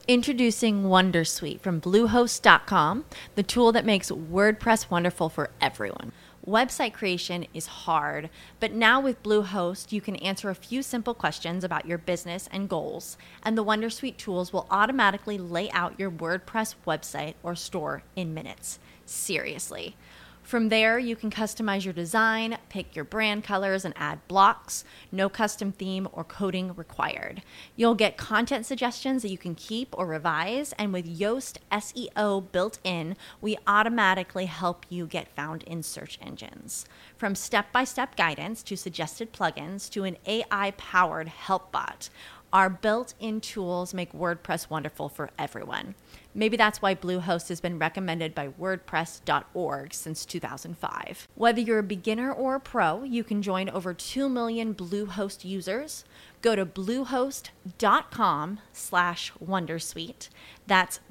Introducing Wondersuite from Bluehost.com, the tool that makes WordPress wonderful for everyone. Website creation is hard, but now with Bluehost, you can answer a few simple questions about your business and goals, and the Wondersuite tools will automatically lay out your WordPress website or store in minutes. Seriously. From there, you can customize your design, pick your brand colors, and add blocks. No custom theme or coding required. You'll get content suggestions that you can keep or revise, and with Yoast SEO built in, we automatically help you get found in search engines. From step-by-step guidance to suggested plugins to an AI-powered help bot, our built-in tools make WordPress wonderful for everyone. Maybe that's why Bluehost has been recommended by WordPress.org since 2005. Whether you're a beginner or a pro, you can join over 2 million Bluehost users. Go to bluehost.com/wondersuite. That's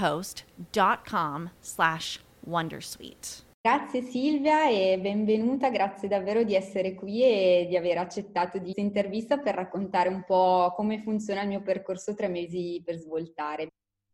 bluehost.com/wondersuite. Grazie Silvia e benvenuta, grazie davvero di essere qui e di aver accettato questa intervista per raccontare un po' come funziona il mio percorso 3 mesi per svoltare.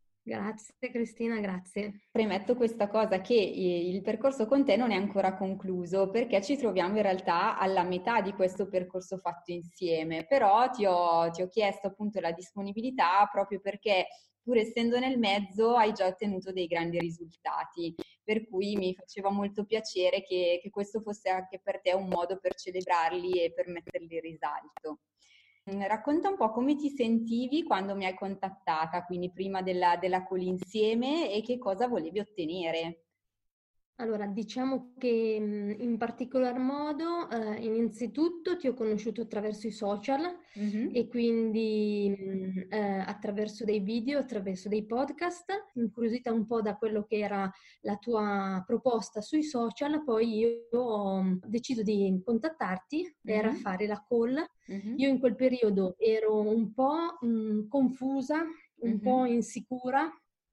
Grazie Cristina, grazie. Premetto questa cosa che il percorso con te non è ancora concluso perché ci troviamo in realtà alla metà di questo percorso fatto insieme, però ti ho chiesto appunto la disponibilità proprio perché pur essendo nel mezzo hai già ottenuto dei grandi risultati, per cui mi faceva molto piacere che questo fosse anche per te un modo per celebrarli e per metterli in risalto. Racconta un po' come ti sentivi quando mi hai contattata, quindi prima della call insieme e che cosa volevi ottenere. Allora, diciamo che in particolar modo, innanzitutto ti ho conosciuto attraverso i social e quindi attraverso dei video, attraverso dei podcast, incuriosita un po' da quello che era la tua proposta sui social, poi io ho deciso di contattarti per fare la call. Io in quel periodo ero un po' confusa, un po' insicura.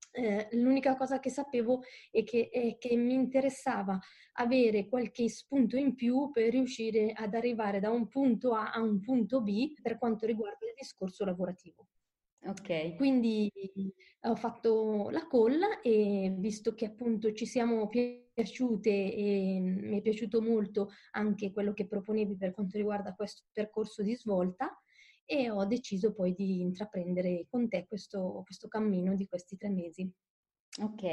L'unica cosa che sapevo è che mi interessava avere qualche spunto in più per riuscire ad arrivare da un punto A a un punto B per quanto riguarda il discorso lavorativo. Ok. Quindi ho fatto la call e visto che appunto ci siamo piaciute e mi è piaciuto molto anche quello che proponevi per quanto riguarda questo percorso di svolta, e ho deciso poi di intraprendere con te questo cammino di questi 3 mesi. Ok,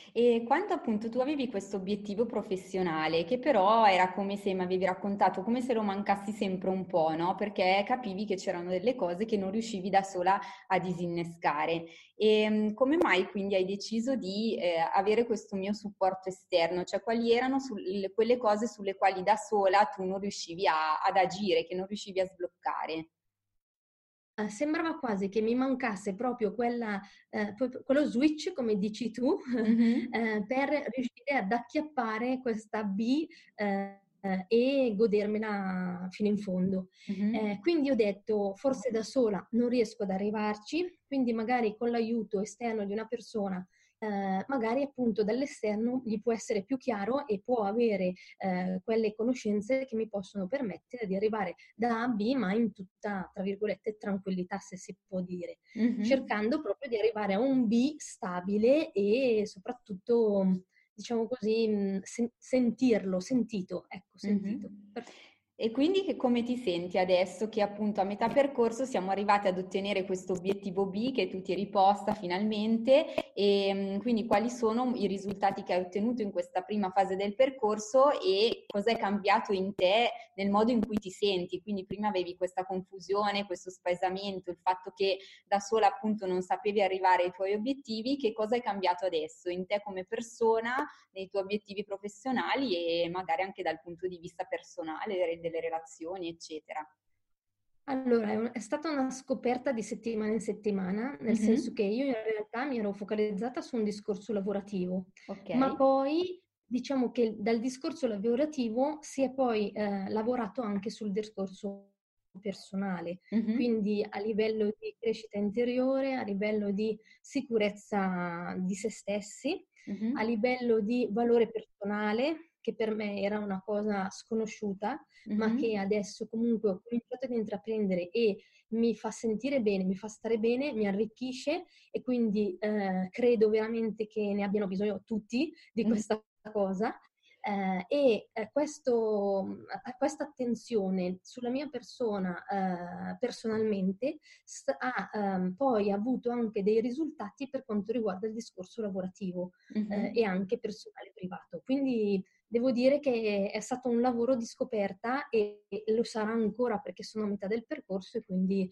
e quando appunto tu avevi questo obiettivo professionale, che però era come se mi avevi raccontato, come se lo mancassi sempre un po', no? Perché capivi che c'erano delle cose che non riuscivi da sola a disinnescare. E come mai quindi hai deciso di avere questo mio supporto esterno? Cioè quali erano quelle cose sulle quali da sola tu non riuscivi ad agire, che non riuscivi a sbloccare? Sembrava quasi che mi mancasse proprio quello switch, come dici tu, per riuscire ad acchiappare questa B e godermela fino in fondo. Quindi ho detto, forse da sola non riesco ad arrivarci, quindi magari con l'aiuto esterno di una persona, magari appunto dall'esterno gli può essere più chiaro e può avere quelle conoscenze che mi possono permettere di arrivare da A a B, ma in tutta, tra virgolette, tranquillità, se si può dire, cercando proprio di arrivare a un B stabile e soprattutto, diciamo così, sentito. E quindi come ti senti adesso che appunto a metà percorso siamo arrivati ad ottenere questo obiettivo B che tu ti eri posta finalmente e quindi quali sono i risultati che hai ottenuto in questa prima fase del percorso e cosa è cambiato in te nel modo in cui ti senti? Quindi prima avevi questa confusione, questo spaesamento, il fatto che da sola appunto non sapevi arrivare ai tuoi obiettivi, che cosa è cambiato adesso in te come persona, nei tuoi obiettivi professionali e magari anche dal punto di vista personale, delle relazioni, eccetera. Allora, è stata una scoperta di settimana in settimana, nel senso che io in realtà mi ero focalizzata su un discorso lavorativo, ma poi diciamo che dal discorso lavorativo si è poi lavorato anche sul discorso personale, quindi a livello di crescita interiore, a livello di sicurezza di se stessi, a livello di valore personale, che per me era una cosa sconosciuta, ma che adesso comunque ho cominciato ad intraprendere e mi fa sentire bene, mi fa stare bene, mi arricchisce e quindi credo veramente che ne abbiano bisogno tutti di questa cosa. Questa attenzione sulla mia persona personalmente ha poi avuto anche dei risultati per quanto riguarda il discorso lavorativo e anche personale privato. Quindi devo dire che è stato un lavoro di scoperta e lo sarà ancora perché sono a metà del percorso e quindi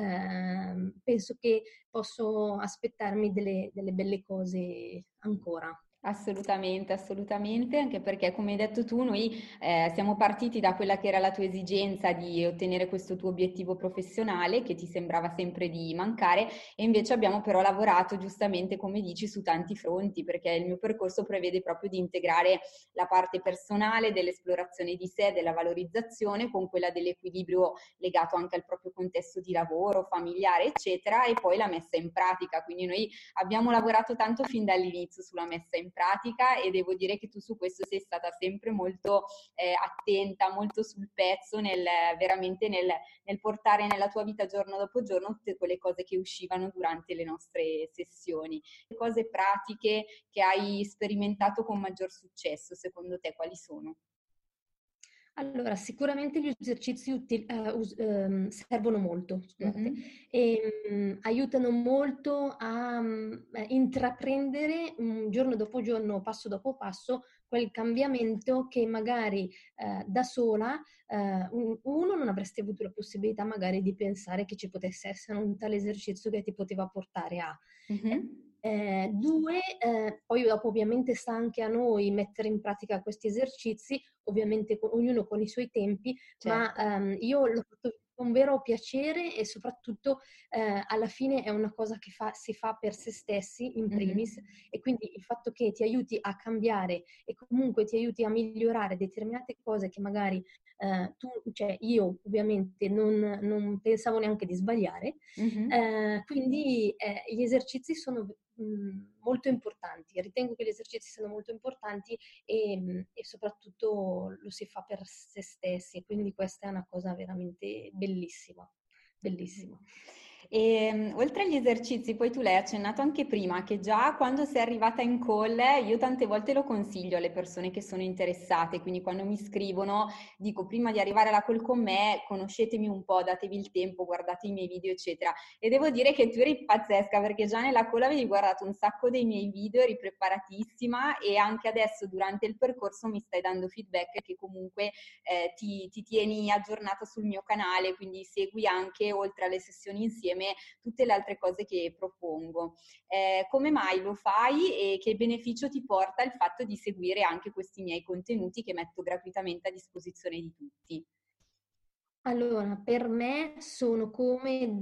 penso che posso aspettarmi delle belle cose ancora. Assolutamente, assolutamente, anche perché come hai detto tu, noi siamo partiti da quella che era la tua esigenza di ottenere questo tuo obiettivo professionale che ti sembrava sempre di mancare e invece abbiamo però lavorato giustamente, come dici, su tanti fronti, perché il mio percorso prevede proprio di integrare la parte personale dell'esplorazione di sé, della valorizzazione con quella dell'equilibrio legato anche al proprio contesto di lavoro, familiare, eccetera, e poi la messa in pratica. Quindi noi abbiamo lavorato tanto fin dall'inizio sulla messa in pratica e devo dire che tu su questo sei stata sempre molto attenta, molto sul pezzo veramente nel portare nella tua vita giorno dopo giorno tutte quelle cose che uscivano durante le nostre sessioni. Le cose pratiche che hai sperimentato con maggior successo, secondo te quali sono? Allora, sicuramente gli esercizi servono molto, scusate, Mm-hmm. e aiutano molto a intraprendere giorno dopo giorno, passo dopo passo, quel cambiamento che magari da sola uno non avresti avuto la possibilità magari di pensare che ci potesse essere un tale esercizio che ti poteva portare a. Mm-hmm. Due, poi dopo ovviamente sta anche a noi mettere in pratica questi esercizi, ovviamente ognuno con i suoi tempi, Certo. ma io l'ho fatto con vero piacere e soprattutto alla fine è una cosa che si fa per se stessi in primis e quindi il fatto che ti aiuti a cambiare e comunque ti aiuti a migliorare determinate cose che magari cioè io ovviamente non pensavo neanche di sbagliare, quindi gli esercizi sono molto importanti, ritengo che gli esercizi siano molto importanti e soprattutto lo si fa per se stessi e quindi questa è una cosa veramente bellissima, bellissima. E, oltre agli esercizi, poi tu l'hai accennato anche prima, che già quando sei arrivata in call, io tante volte lo consiglio alle persone che sono interessate, quindi quando mi scrivono dico prima di arrivare alla call con me, conoscetemi un po', datevi il tempo, guardate i miei video, eccetera. E devo dire che tu eri pazzesca perché già nella call avevi guardato un sacco dei miei video, eri preparatissima e anche adesso durante il percorso mi stai dando feedback che comunque ti tieni aggiornata sul mio canale, quindi segui anche oltre alle sessioni insieme tutte le altre cose che propongo. Come mai lo fai e che beneficio ti porta il fatto di seguire anche questi miei contenuti che metto gratuitamente a disposizione di tutti? Allora, per me sono come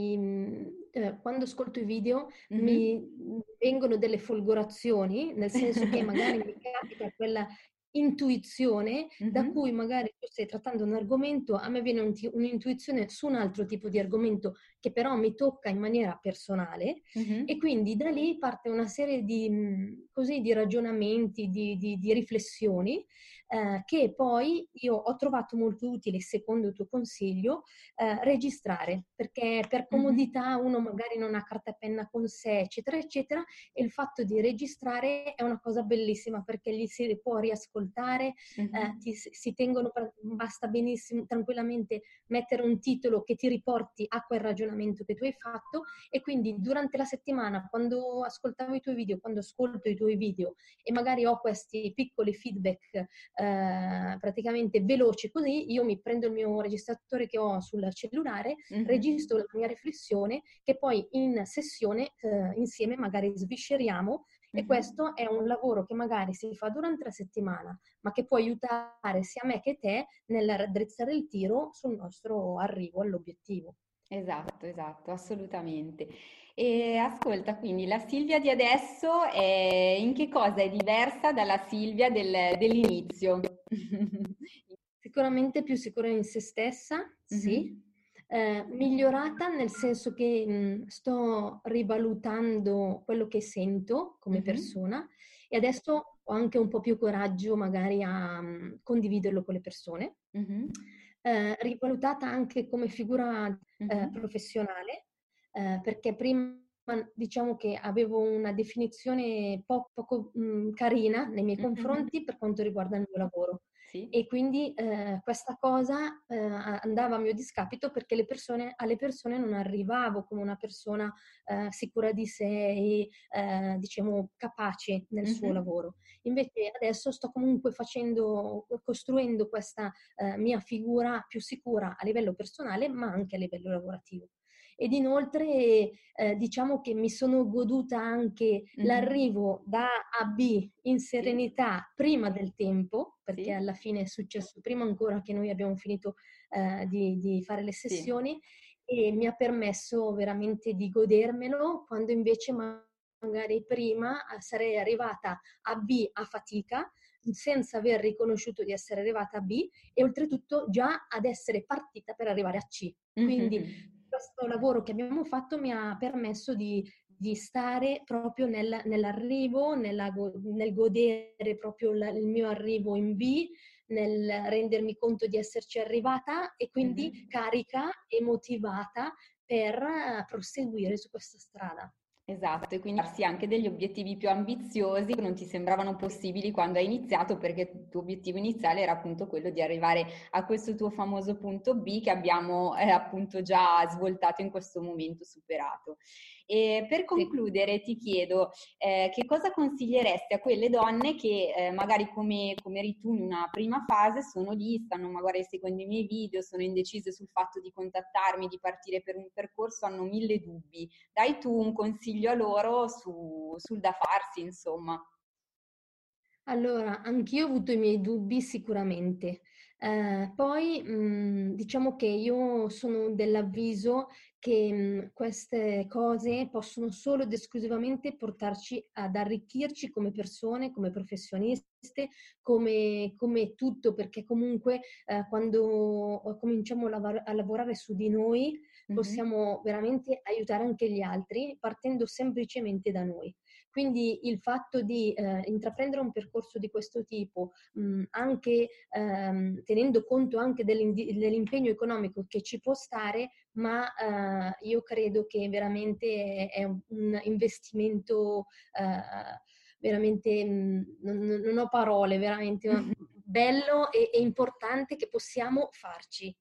quando ascolto i video mi vengono delle folgorazioni, nel senso che magari mi capita quella intuizione da cui magari tu stai trattando un argomento, a me viene un'intuizione su un altro tipo di argomento che però mi tocca in maniera personale e quindi da lì parte una serie di ragionamenti, di riflessioni che poi io ho trovato molto utile, secondo il tuo consiglio, registrare, perché per comodità uno magari non ha carta e penna con sé, eccetera, eccetera, e il fatto di registrare è una cosa bellissima perché gli si può riascoltare, si tengono, basta benissimo, tranquillamente mettere un titolo che ti riporti a quel ragionamento che tu hai fatto e quindi durante la settimana, quando ascoltavo i tuoi video, quando ascolto i tuoi video e magari ho questi piccoli feedback praticamente veloci così, io mi prendo il mio registratore che ho sul cellulare, registro la mia riflessione che poi in sessione insieme magari svisceriamo e questo è un lavoro che magari si fa durante la settimana, ma che può aiutare sia me che te nel raddrizzare il tiro sul nostro arrivo all'obiettivo. Esatto, esatto, assolutamente. E ascolta, quindi la Silvia di adesso in che cosa è diversa dalla Silvia dell'inizio? Sicuramente più sicura in se stessa, sì. Migliorata nel senso che sto rivalutando quello che sento come persona e adesso ho anche un po' più coraggio magari a condividerlo con le persone. rivalutata anche come figura professionale, perché prima diciamo che avevo una definizione poco carina nei miei confronti per quanto riguarda il mio lavoro. Sì. E quindi questa cosa andava a mio discapito, perché alle persone non arrivavo come una persona sicura di sé e diciamo capace nel suo lavoro. Invece adesso sto comunque costruendo questa mia figura più sicura a livello personale, ma anche a livello lavorativo. Ed inoltre diciamo che mi sono goduta anche l'arrivo da A a B in serenità prima del tempo, perché alla fine è successo prima ancora che noi abbiamo finito di fare le sessioni, e mi ha permesso veramente di godermelo, quando invece magari prima sarei arrivata a B a fatica, senza aver riconosciuto di essere arrivata a B e oltretutto già ad essere partita per arrivare a C. Quindi questo lavoro che abbiamo fatto mi ha permesso di stare proprio nell'arrivo, nel godere proprio il mio arrivo in B, nel rendermi conto di esserci arrivata e quindi carica e motivata per proseguire su questa strada. Esatto, e quindi darsi anche degli obiettivi più ambiziosi che non ti sembravano possibili quando hai iniziato, perché il tuo obiettivo iniziale era appunto quello di arrivare a questo tuo famoso punto B che abbiamo appunto già svoltato in questo momento superato. E per concludere ti chiedo che cosa consiglieresti a quelle donne che magari come eri tu in una prima fase sono lì, stanno magari seguendo i miei video, sono indecise sul fatto di contattarmi, di partire per un percorso, hanno 1000 dubbi. Dai tu un consiglio a loro sul da farsi, insomma. Allora, anch'io ho avuto i miei dubbi sicuramente. Poi diciamo che io sono dell'avviso che queste cose possono solo ed esclusivamente portarci ad arricchirci come persone, come professioniste, come tutto, perché comunque quando cominciamo a lavorare su di noi possiamo veramente aiutare anche gli altri partendo semplicemente da noi. Quindi il fatto di intraprendere un percorso di questo tipo, anche tenendo conto anche dell'impegno economico che ci può stare, ma io credo che veramente è un investimento veramente, non ho parole, veramente bello e importante che possiamo farci.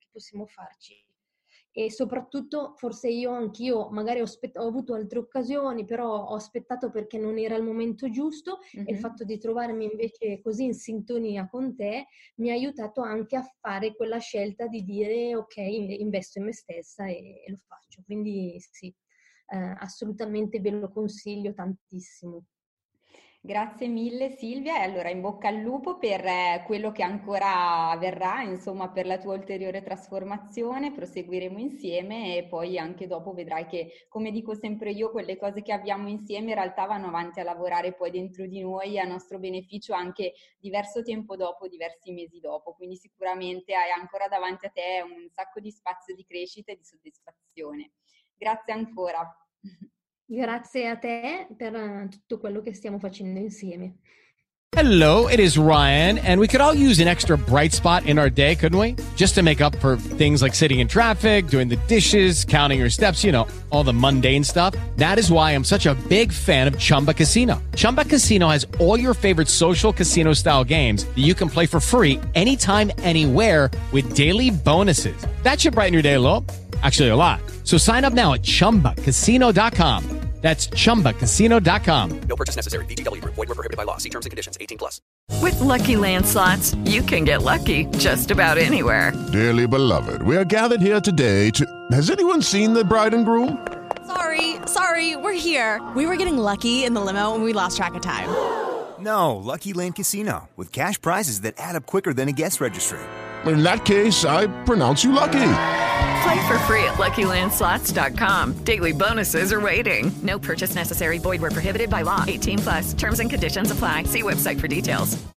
E soprattutto forse anch'io magari ho avuto altre occasioni, però ho aspettato perché non era il momento giusto, e il fatto di trovarmi invece così in sintonia con te mi ha aiutato anche a fare quella scelta di dire ok, investo in me stessa e lo faccio. Quindi sì, assolutamente ve lo consiglio tantissimo. Grazie mille Silvia, e allora in bocca al lupo per quello che ancora verrà, insomma per la tua ulteriore trasformazione, proseguiremo insieme e poi anche dopo vedrai che, come dico sempre io, quelle cose che abbiamo insieme in realtà vanno avanti a lavorare poi dentro di noi a nostro beneficio anche diverso tempo dopo, diversi mesi dopo, quindi sicuramente hai ancora davanti a te un sacco di spazio di crescita e di soddisfazione. Grazie ancora. Grazie a te per tutto quello che stiamo facendo insieme. Hello, it is Ryan, and we could all use an extra bright spot in our day, couldn't we? Just to make up for things like sitting in traffic, doing the dishes, counting your steps, you know, all the mundane stuff. That is why I'm such a big fan of Chumba Casino. Chumba Casino has all your favorite social casino-style games that you can play for free anytime, anywhere with daily bonuses. That should brighten your day a little. Actually, a lot. So sign up now at ChumbaCasino.com. That's ChumbaCasino.com. No purchase necessary. VGW Group. Void where prohibited by law. See terms and conditions. 18+. With Lucky Land Slots, you can get lucky just about anywhere. Dearly beloved, we are gathered here today to... Has anyone seen the bride and groom? Sorry, we're here. We were getting lucky in the limo and we lost track of time. No, Lucky Land Casino. With cash prizes that add up quicker than a guest registry. In that case, I pronounce you lucky. Play for free at LuckyLandSlots.com. Daily bonuses are waiting. No purchase necessary. Void where prohibited by law. 18+. Terms and conditions apply. See website for details.